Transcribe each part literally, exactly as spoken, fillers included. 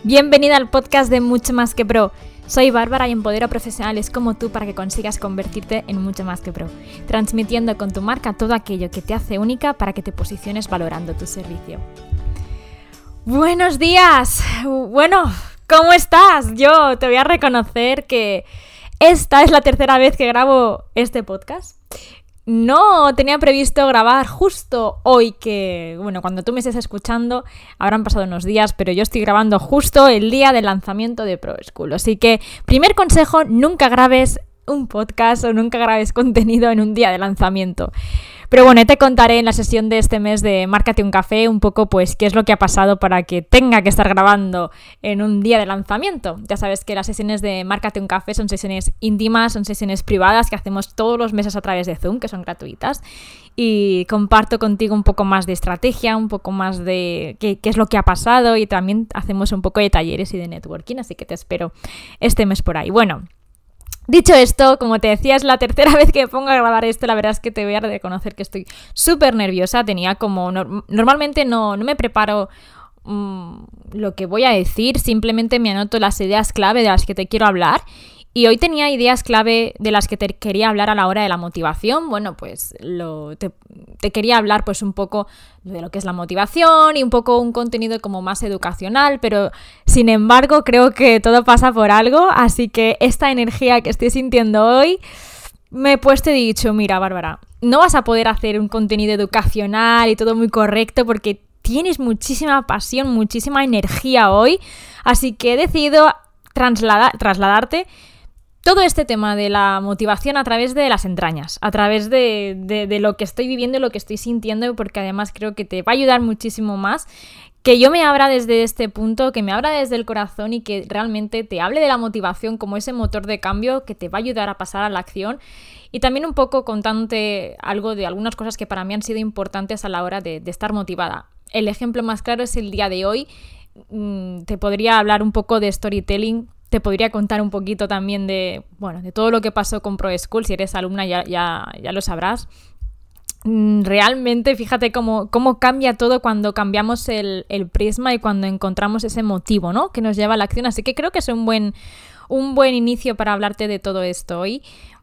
Bienvenida al podcast de Mucho Más Que Pro. Soy Bárbara y empodero a profesionales como tú para que consigas convertirte en mucho más que pro, transmitiendo con tu marca todo aquello que te hace única para que te posiciones valorando tu servicio. Buenos días. Bueno, ¿cómo estás? Yo te voy a reconocer que esta es la tercera vez que grabo este podcast. No tenía previsto grabar justo hoy, que, bueno, cuando tú me estés escuchando habrán pasado unos días, pero yo estoy grabando justo el día del lanzamiento de ProSchool. Así que, primer consejo, nunca grabes un podcast o nunca grabes contenido en un día de lanzamiento. Pero bueno, te contaré en la sesión de este mes de Márcate un Café un poco pues qué es lo que ha pasado para que tenga que estar grabando en un día de lanzamiento. Ya sabes que las sesiones de Márcate un Café son sesiones íntimas, son sesiones privadas que hacemos todos los meses a través de Zoom, que son gratuitas. Y comparto contigo un poco más de estrategia, un poco más de qué, qué es lo que ha pasado y también hacemos un poco de talleres y de networking, así que te espero este mes por ahí. Bueno, dicho esto, como te decía, es la tercera vez que me pongo a grabar esto. La verdad es que te voy a reconocer que estoy súper nerviosa. Tenía como... No, normalmente no, no me preparo mmm, lo que voy a decir, simplemente me anoto las ideas clave de las que te quiero hablar. Y hoy tenía ideas clave de las que te quería hablar a la hora de la motivación. Bueno, pues lo, te, te quería hablar pues un poco de lo que es la motivación y un poco un contenido como más educacional, pero sin embargo creo que todo pasa por algo, así que esta energía que estoy sintiendo hoy me he puesto y he dicho, mira Bárbara, no vas a poder hacer un contenido educacional y todo muy correcto porque tienes muchísima pasión, muchísima energía hoy, así que he decidido traslada- trasladarte todo este tema de la motivación a través de las entrañas, a través de, de, de lo que estoy viviendo y lo que estoy sintiendo, porque además creo que te va a ayudar muchísimo más que yo me abra desde este punto, que me abra desde el corazón y que realmente te hable de la motivación como ese motor de cambio que te va a ayudar a pasar a la acción y también un poco contándote algo de algunas cosas que para mí han sido importantes a la hora de, de estar motivada. El ejemplo más claro es el día de hoy. Te podría hablar un poco de storytelling. Te podría contar un poquito también de, bueno, de todo lo que pasó con ProSchool. Si eres alumna ya, ya, ya lo sabrás. Realmente, fíjate cómo, cómo cambia todo cuando cambiamos el, el prisma y cuando encontramos ese motivo, ¿no?, que nos lleva a la acción. Así que creo que es un buen, un buen inicio para hablarte de todo esto hoy.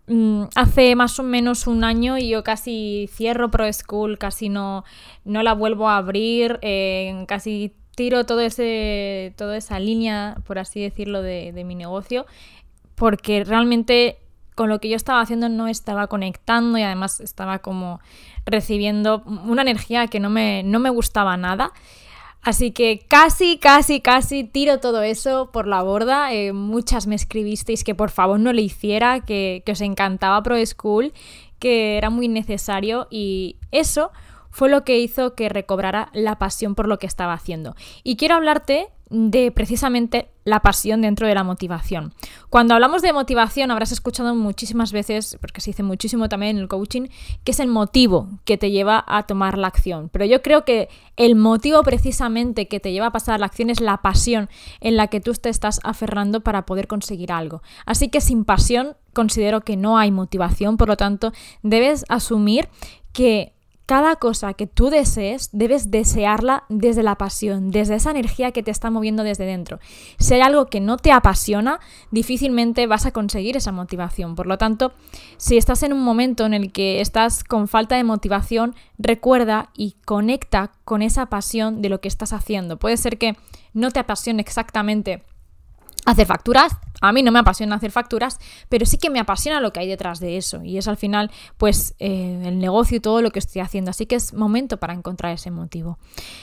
Hace más o menos un año y yo casi cierro ProSchool, casi no, no la vuelvo a abrir, eh, casi tiro todo ese, toda esa línea, por así decirlo, de, de mi negocio, porque realmente con lo que yo estaba haciendo no estaba conectando y además estaba como recibiendo una energía que no me, no me gustaba nada. Así que casi, casi, casi tiro todo eso por la borda. Eh, muchas me escribisteis que por favor no le hiciera, que, que os encantaba ProSchool, que era muy necesario y eso fue lo que hizo que recobrara la pasión por lo que estaba haciendo. Y quiero hablarte de precisamente la pasión dentro de la motivación. Cuando hablamos de motivación habrás escuchado muchísimas veces, porque se dice muchísimo también en el coaching, que es el motivo que te lleva a tomar la acción. Pero yo creo que el motivo precisamente que te lleva a pasar a la acción es la pasión en la que tú te estás aferrando para poder conseguir algo. Así que sin pasión considero que no hay motivación, por lo tanto debes asumir que cada cosa que tú desees, debes desearla desde la pasión, desde esa energía que te está moviendo desde dentro. Si hay algo que no te apasiona, difícilmente vas a conseguir esa motivación. Por lo tanto, si estás en un momento en el que estás con falta de motivación, recuerda y conecta con esa pasión de lo que estás haciendo. Puede ser que no te apasione exactamente hacer facturas. A mí no me apasiona hacer facturas, pero sí que me apasiona lo que hay detrás de eso y es al final pues eh, el negocio y todo lo que estoy haciendo, así que es momento para encontrar ese motivo.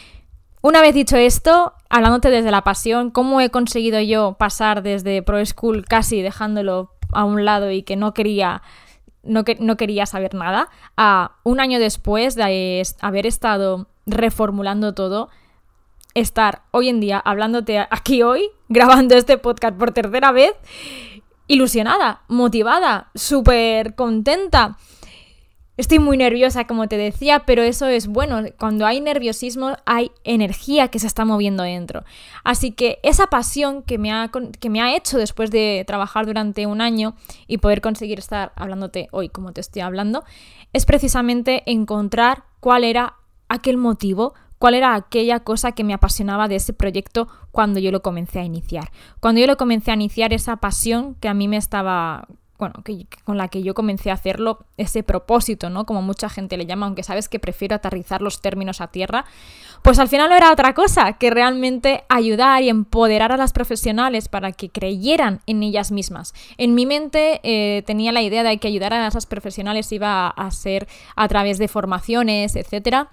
Una vez dicho esto, hablándote desde la pasión, ¿cómo he conseguido yo pasar desde ProSchool casi dejándolo a un lado y que no quería, no, que, no quería saber nada, a un año después de haber estado reformulando todo, estar hoy en día hablándote aquí hoy, grabando este podcast por tercera vez, ilusionada, motivada, súper contenta. Estoy muy nerviosa, como te decía, pero eso es bueno. Cuando hay nerviosismo, hay energía que se está moviendo dentro. Así que esa pasión que me ha, que me ha hecho después de trabajar durante un año y poder conseguir estar hablándote hoy como te estoy hablando, es precisamente encontrar cuál era aquel motivo, cuál era aquella cosa que me apasionaba de ese proyecto cuando yo lo comencé a iniciar. Cuando yo lo comencé a iniciar, esa pasión que a mí me estaba... bueno, que, con la que yo comencé a hacerlo, ese propósito, ¿no? Como mucha gente le llama, aunque sabes que prefiero aterrizar los términos a tierra, pues al final no era otra cosa que realmente ayudar y empoderar a las profesionales para que creyeran en ellas mismas. En mi mente eh, tenía la idea de que ayudar a esas profesionales iba a ser a través de formaciones, etcétera,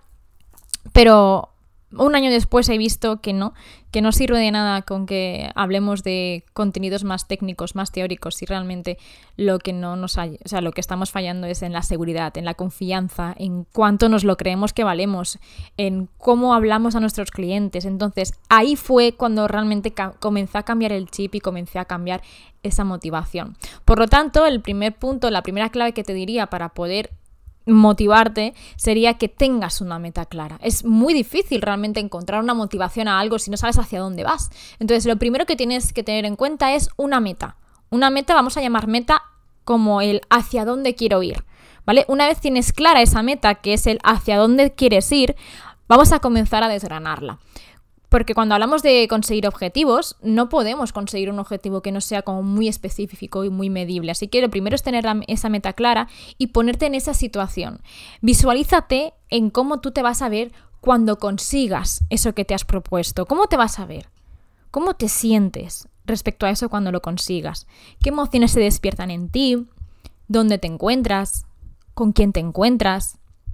pero un año después he visto que no, que no sirve de nada con que hablemos de contenidos más técnicos, más teóricos, si realmente lo que no nos hay, o sea, lo que estamos fallando es en la seguridad, en la confianza, en cuánto nos lo creemos que valemos, en cómo hablamos a nuestros clientes. Entonces, ahí fue cuando realmente ca- comencé a cambiar el chip y comencé a cambiar esa motivación. Por lo tanto, el primer punto, la primera clave que te diría para poder motivarte sería que tengas una meta clara. Es muy difícil realmente encontrar una motivación a algo si no sabes hacia dónde vas. Entonces, lo primero que tienes que tener en cuenta es una meta. Una meta, vamos a llamar meta como el hacia dónde quiero ir, ¿vale? Una vez tienes clara esa meta, que es el hacia dónde quieres ir, vamos a comenzar a desgranarla. Porque cuando hablamos de conseguir objetivos, no podemos conseguir un objetivo que no sea como muy específico y muy medible. Así que lo primero es tener esa meta clara y ponerte en esa situación. Visualízate en cómo tú te vas a ver cuando consigas eso que te has propuesto. ¿Cómo te vas a ver? ¿Cómo te sientes respecto a eso cuando lo consigas? ¿Qué emociones se despiertan en ti? ¿Dónde te encuentras? ¿Con quién te encuentras?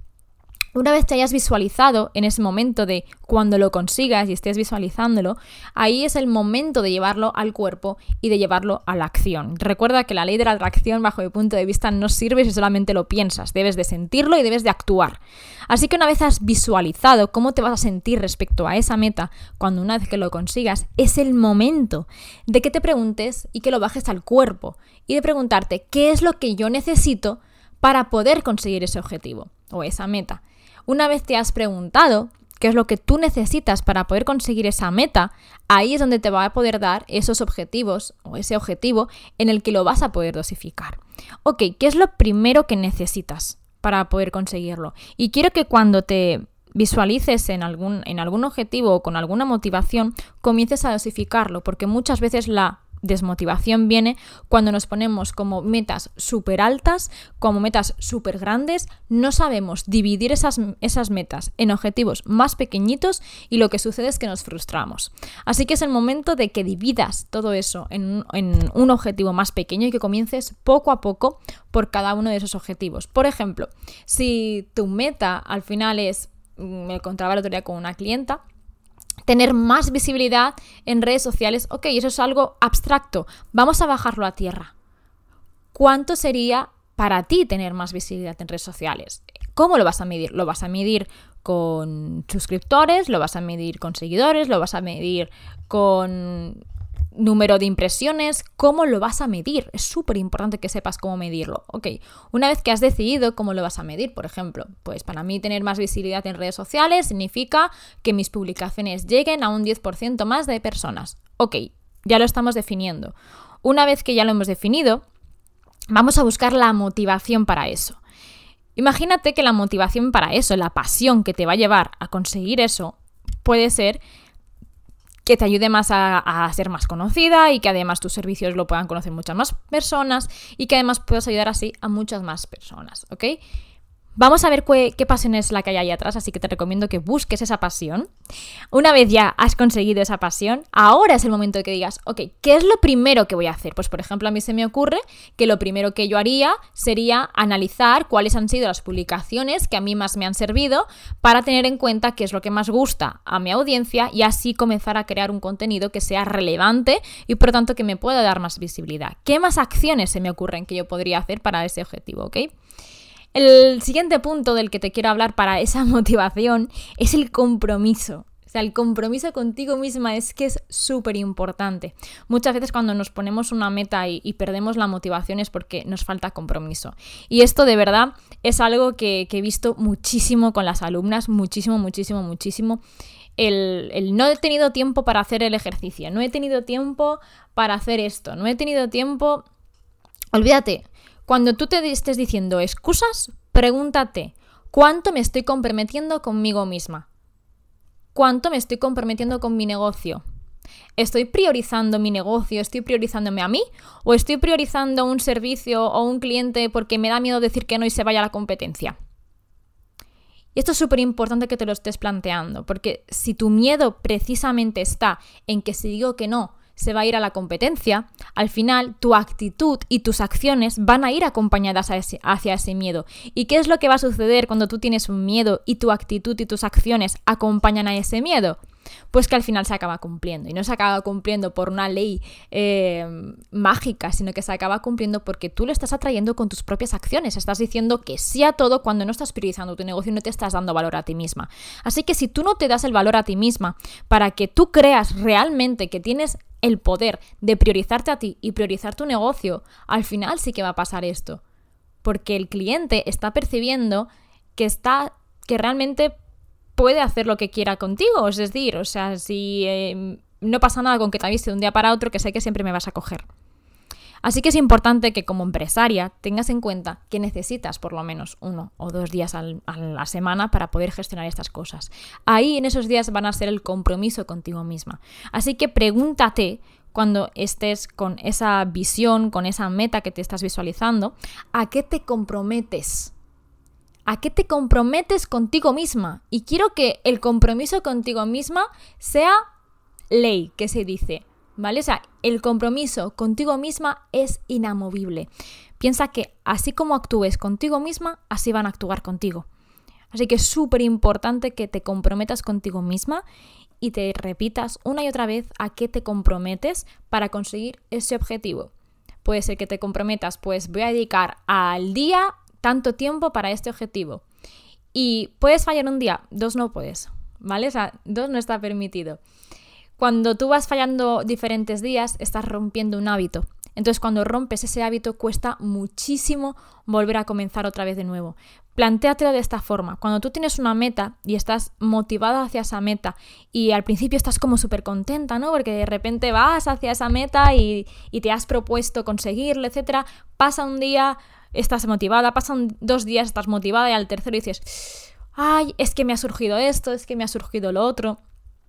Una vez te hayas visualizado en ese momento de cuando lo consigas y estés visualizándolo, ahí es el momento de llevarlo al cuerpo y de llevarlo a la acción. Recuerda que la ley de la atracción, bajo mi punto de vista, no sirve si solamente lo piensas. Debes de sentirlo y debes de actuar. Así que una vez has visualizado cómo te vas a sentir respecto a esa meta, cuando una vez que lo consigas, es el momento de que te preguntes y que lo bajes al cuerpo y de preguntarte qué es lo que yo necesito para poder conseguir ese objetivo o esa meta. Una vez te has preguntado qué es lo que tú necesitas para poder conseguir esa meta, ahí es donde te va a poder dar esos objetivos o ese objetivo en el que lo vas a poder dosificar. Ok, ¿qué es lo primero que necesitas para poder conseguirlo? Y quiero que cuando te visualices en algún, en algún objetivo o con alguna motivación, comiences a dosificarlo, porque muchas veces la desmotivación viene cuando nos ponemos como metas súper altas, como metas súper grandes, no sabemos dividir esas, esas metas en objetivos más pequeñitos y lo que sucede es que nos frustramos. Así que es el momento de que dividas todo eso en, en un objetivo más pequeño y que comiences poco a poco por cada uno de esos objetivos. Por ejemplo, si tu meta al final es, me encontraba el otro día con una clienta, tener más visibilidad en redes sociales, ok, eso es algo abstracto, vamos a bajarlo a tierra. ¿Cuánto sería para ti tener más visibilidad en redes sociales? ¿Cómo lo vas a medir? ¿Lo vas a medir con suscriptores? ¿Lo vas a medir con seguidores? ¿Lo vas a medir con número de impresiones? ¿Cómo lo vas a medir? Es súper importante que sepas cómo medirlo. Ok, una vez que has decidido cómo lo vas a medir, por ejemplo, pues para mí tener más visibilidad en redes sociales significa que mis publicaciones lleguen a un diez por ciento más de personas. Ok, ya lo estamos definiendo. Una vez que ya lo hemos definido, vamos a buscar la motivación para eso. Imagínate que la motivación para eso, la pasión que te va a llevar a conseguir eso, puede ser que te ayude más a, a ser más conocida y que además tus servicios lo puedan conocer muchas más personas y que además puedas ayudar así a muchas más personas, ¿ok? Vamos a ver qué, qué pasión es la que hay ahí atrás, así que te recomiendo que busques esa pasión. Una vez ya has conseguido esa pasión, ahora es el momento de que digas, ok, ¿qué es lo primero que voy a hacer? Pues por ejemplo, a mí se me ocurre que lo primero que yo haría sería analizar cuáles han sido las publicaciones que a mí más me han servido para tener en cuenta qué es lo que más gusta a mi audiencia y así comenzar a crear un contenido que sea relevante y por lo tanto que me pueda dar más visibilidad. ¿Qué más acciones se me ocurren que yo podría hacer para ese objetivo, ok? El siguiente punto del que te quiero hablar para esa motivación es el compromiso. O sea, el compromiso contigo misma es que es súper importante. Muchas veces cuando nos ponemos una meta y, y perdemos la motivación es porque nos falta compromiso. Y esto de verdad es algo que, que he visto muchísimo con las alumnas, muchísimo, muchísimo, muchísimo. El, el no he tenido tiempo para hacer el ejercicio, no he tenido tiempo para hacer esto, no he tenido tiempo... Olvídate. Cuando tú te estés diciendo excusas, pregúntate, ¿cuánto me estoy comprometiendo conmigo misma? ¿cuánto me estoy comprometiendo con mi negocio? ¿Estoy priorizando mi negocio? ¿Estoy priorizándome a mí? ¿O estoy priorizando un servicio o un cliente porque me da miedo decir que no y se vaya a la competencia? Y esto es súper importante que te lo estés planteando, porque si tu miedo precisamente está en que si digo que no, se va a ir a la competencia, al final tu actitud y tus acciones van a ir acompañadas a ese, hacia ese miedo. ¿Y qué es lo que va a suceder cuando tú tienes un miedo y tu actitud y tus acciones acompañan a ese miedo? Pues que al final se acaba cumpliendo. Y no se acaba cumpliendo por una ley eh, mágica, sino que se acaba cumpliendo porque tú lo estás atrayendo con tus propias acciones. Estás diciendo que sí a todo cuando no estás priorizando tu negocio y no te estás dando valor a ti misma. Así que si tú no te das el valor a ti misma para que tú creas realmente que tienes el poder de priorizarte a ti y priorizar tu negocio, al final sí que va a pasar esto. Porque el cliente está percibiendo que está, que realmente puede hacer lo que quiera contigo. Es decir, o sea, si eh, no pasa nada con que te avise de un día para otro, que sé que siempre me vas a coger. Así que es importante que como empresaria tengas en cuenta que necesitas por lo menos uno o dos días al, a la semana para poder gestionar estas cosas. Ahí en esos días van a ser el compromiso contigo misma. Así que pregúntate cuando estés con esa visión, con esa meta que te estás visualizando, ¿a qué te comprometes? ¿A qué te comprometes contigo misma? Y quiero que el compromiso contigo misma sea ley, que se dice, ¿vale? O sea, el compromiso contigo misma es inamovible. Piensa que así como actúes contigo misma, así van a actuar contigo. Así que es súper importante que te comprometas contigo misma y te repitas una y otra vez a qué te comprometes para conseguir ese objetivo. Puede ser que te comprometas, pues voy a dedicar al día tanto tiempo para este objetivo. Y puedes fallar un día, dos no puedes, ¿vale? O sea, dos no está permitido. Cuando tú vas fallando diferentes días, estás rompiendo un hábito. Entonces, cuando rompes ese hábito, cuesta muchísimo volver a comenzar otra vez de nuevo. Plantéatelo de esta forma. Cuando tú tienes una meta y estás motivada hacia esa meta y al principio estás como súper contenta, ¿no? Porque de repente vas hacia esa meta y, y te has propuesto conseguirlo, etcétera. Pasa un día, estás motivada, pasan dos días, estás motivada y al tercero dices, ay, es que me ha surgido esto, es que me ha surgido lo otro.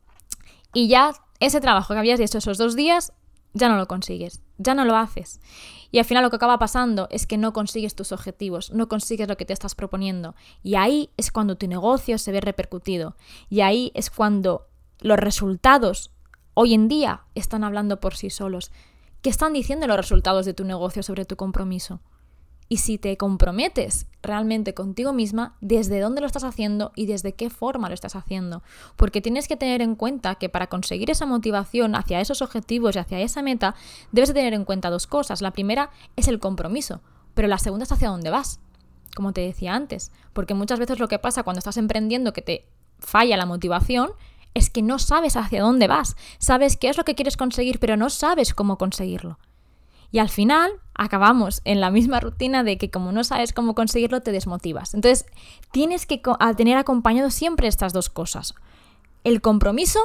Y ya ese trabajo que habías hecho esos dos días, ya no lo consigues, ya no lo haces. Y al final lo que acaba pasando es que no consigues tus objetivos, no consigues lo que te estás proponiendo. Y ahí es cuando tu negocio se ve repercutido. Y ahí es cuando los resultados hoy en día están hablando por sí solos. ¿Qué están diciendo los resultados de tu negocio sobre tu compromiso? Y si te comprometes realmente contigo misma, ¿desde dónde lo estás haciendo y desde qué forma lo estás haciendo? Porque tienes que tener en cuenta que para conseguir esa motivación hacia esos objetivos y hacia esa meta, debes de tener en cuenta dos cosas. La primera es el compromiso, pero la segunda es hacia dónde vas, como te decía antes. Porque muchas veces lo que pasa cuando estás emprendiendo que te falla la motivación es que no sabes hacia dónde vas. Sabes qué es lo que quieres conseguir, pero no sabes cómo conseguirlo. Y al final acabamos en la misma rutina de que como no sabes cómo conseguirlo, te desmotivas. Entonces, tienes que tener acompañado siempre estas dos cosas. El compromiso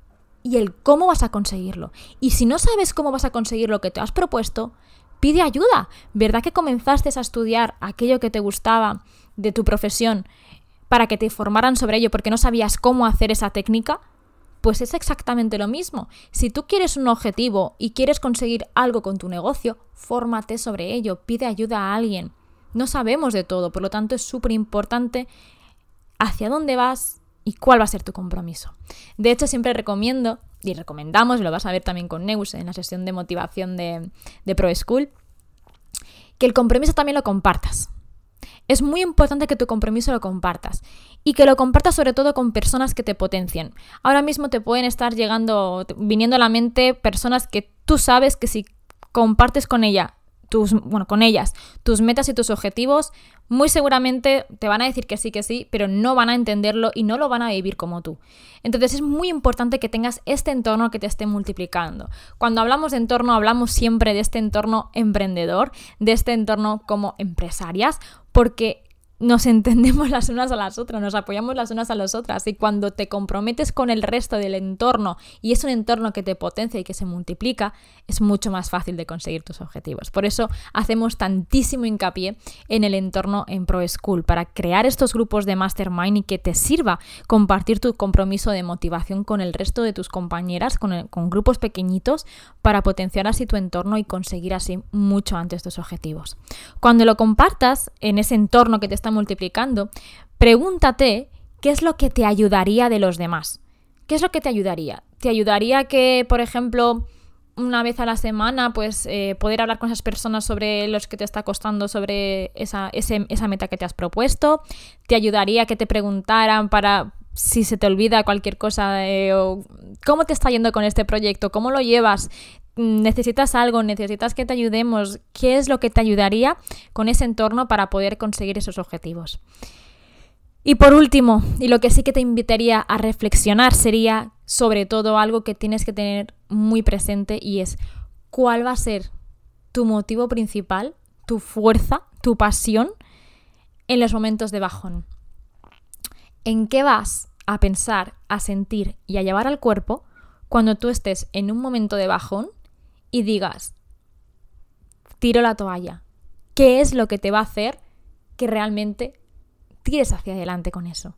y el cómo vas a conseguirlo. Y si no sabes cómo vas a conseguir lo que te has propuesto, pide ayuda. ¿Verdad que comenzaste a estudiar aquello que te gustaba de tu profesión para que te formaran sobre ello porque no sabías cómo hacer esa técnica? Pues es exactamente lo mismo. Si tú quieres un objetivo y quieres conseguir algo con tu negocio, fórmate sobre ello, pide ayuda a alguien. No sabemos de todo, por lo tanto es súper importante hacia dónde vas y cuál va a ser tu compromiso. De hecho, siempre recomiendo, y recomendamos, lo vas a ver también con Neus en la sesión de motivación de, de Pro School, que el compromiso también lo compartas. Es muy importante que tu compromiso lo compartas y que lo compartas sobre todo con personas que te potencien. Ahora mismo te pueden estar llegando, viniendo a la mente personas que tú sabes que si compartes con ella, tus, bueno, con ellas tus metas y tus objetivos, muy seguramente te van a decir que sí, que sí, pero no van a entenderlo y no lo van a vivir como tú. Entonces es muy importante que tengas este entorno que te esté multiplicando. Cuando hablamos de entorno, hablamos siempre de este entorno emprendedor, de este entorno como empresarias, porque nos entendemos las unas a las otras, nos apoyamos las unas a las otras, y cuando te comprometes con el resto del entorno y es un entorno que te potencia y que se multiplica, es mucho más fácil de conseguir tus objetivos. Por eso hacemos tantísimo hincapié en el entorno en ProSchool, para crear estos grupos de mastermind y que te sirva compartir tu compromiso de motivación con el resto de tus compañeras, con, el, con grupos pequeñitos, para potenciar así tu entorno y conseguir así mucho antes tus objetivos. Cuando lo compartas en ese entorno que te está multiplicando, pregúntate qué es lo que te ayudaría de los demás. ¿Qué es lo que te ayudaría? ¿Te ayudaría que, por ejemplo, una vez a la semana, pues eh, poder hablar con esas personas sobre los que te está costando, sobre esa, ese, esa meta que te has propuesto? ¿Te ayudaría que te preguntaran para si se te olvida cualquier cosa, eh, o cómo te está yendo con este proyecto? ¿Cómo lo llevas? ¿Necesitas algo? ¿Necesitas que te ayudemos? ¿Qué es lo que te ayudaría con ese entorno para poder conseguir esos objetivos? Y por último, y lo que sí que te invitaría a reflexionar sería sobre todo algo que tienes que tener muy presente, y es cuál va a ser tu motivo principal, tu fuerza, tu pasión en los momentos de bajón. ¿En qué vas a pensar, a sentir y a llevar al cuerpo cuando tú estés en un momento de bajón y digas, tiro la toalla? ¿Qué es lo que te va a hacer que realmente tires hacia adelante con eso?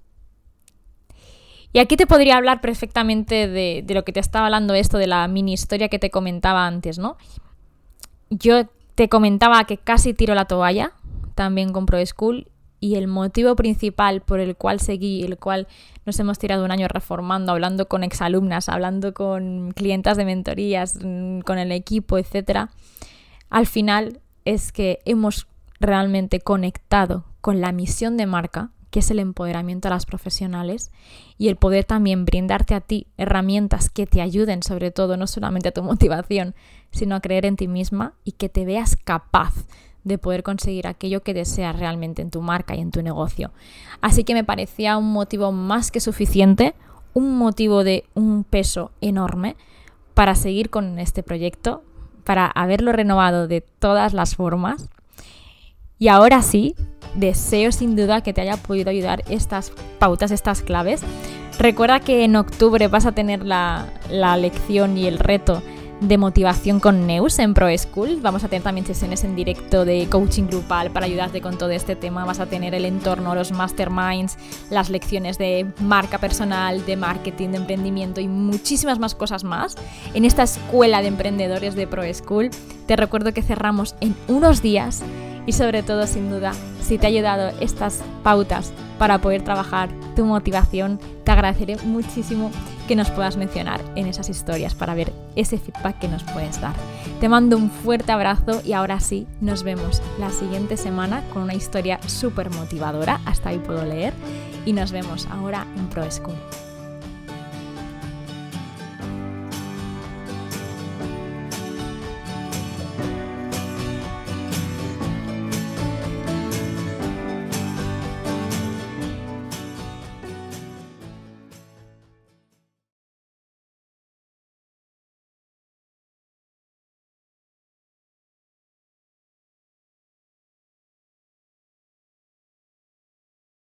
Y aquí te podría hablar perfectamente de, de lo que te estaba hablando, esto de la mini historia que te comentaba antes, ¿no? Yo te comentaba que casi tiro la toalla, también con ProSchool, y el motivo principal por el cual seguí, el cual nos hemos tirado un año reformando, hablando con exalumnas, hablando con clientas de mentorías, con el equipo, etcétera, al final es que hemos realmente conectado con la misión de marca, que es el empoderamiento a las profesionales, y el poder también brindarte a ti herramientas que te ayuden, sobre todo, no solamente a tu motivación, sino a creer en ti misma y que te veas capaz de poder conseguir aquello que deseas realmente en tu marca y en tu negocio. Así que me parecía un motivo más que suficiente, un motivo de un peso enorme para seguir con este proyecto, para haberlo renovado de todas las formas. Y ahora sí, deseo sin duda que te haya podido ayudar estas pautas, estas claves. Recuerda que en octubre vas a tener la, la lección y el reto de motivación con Neus en ProSchool. Vamos a tener también sesiones en directo de coaching grupal para ayudarte con todo este tema. Vas a tener el entorno, los masterminds, las lecciones de marca personal, de marketing, de emprendimiento y muchísimas más cosas más en esta escuela de emprendedores de ProSchool. Te recuerdo que cerramos en unos días. Y sobre todo, sin duda, si te ha ayudado estas pautas para poder trabajar tu motivación, te agradeceré muchísimo que nos puedas mencionar en esas historias para ver ese feedback que nos puedes dar. Te mando un fuerte abrazo y ahora sí, nos vemos la siguiente semana con una historia súper motivadora, hasta ahí puedo leer, y nos vemos ahora en ProSchool.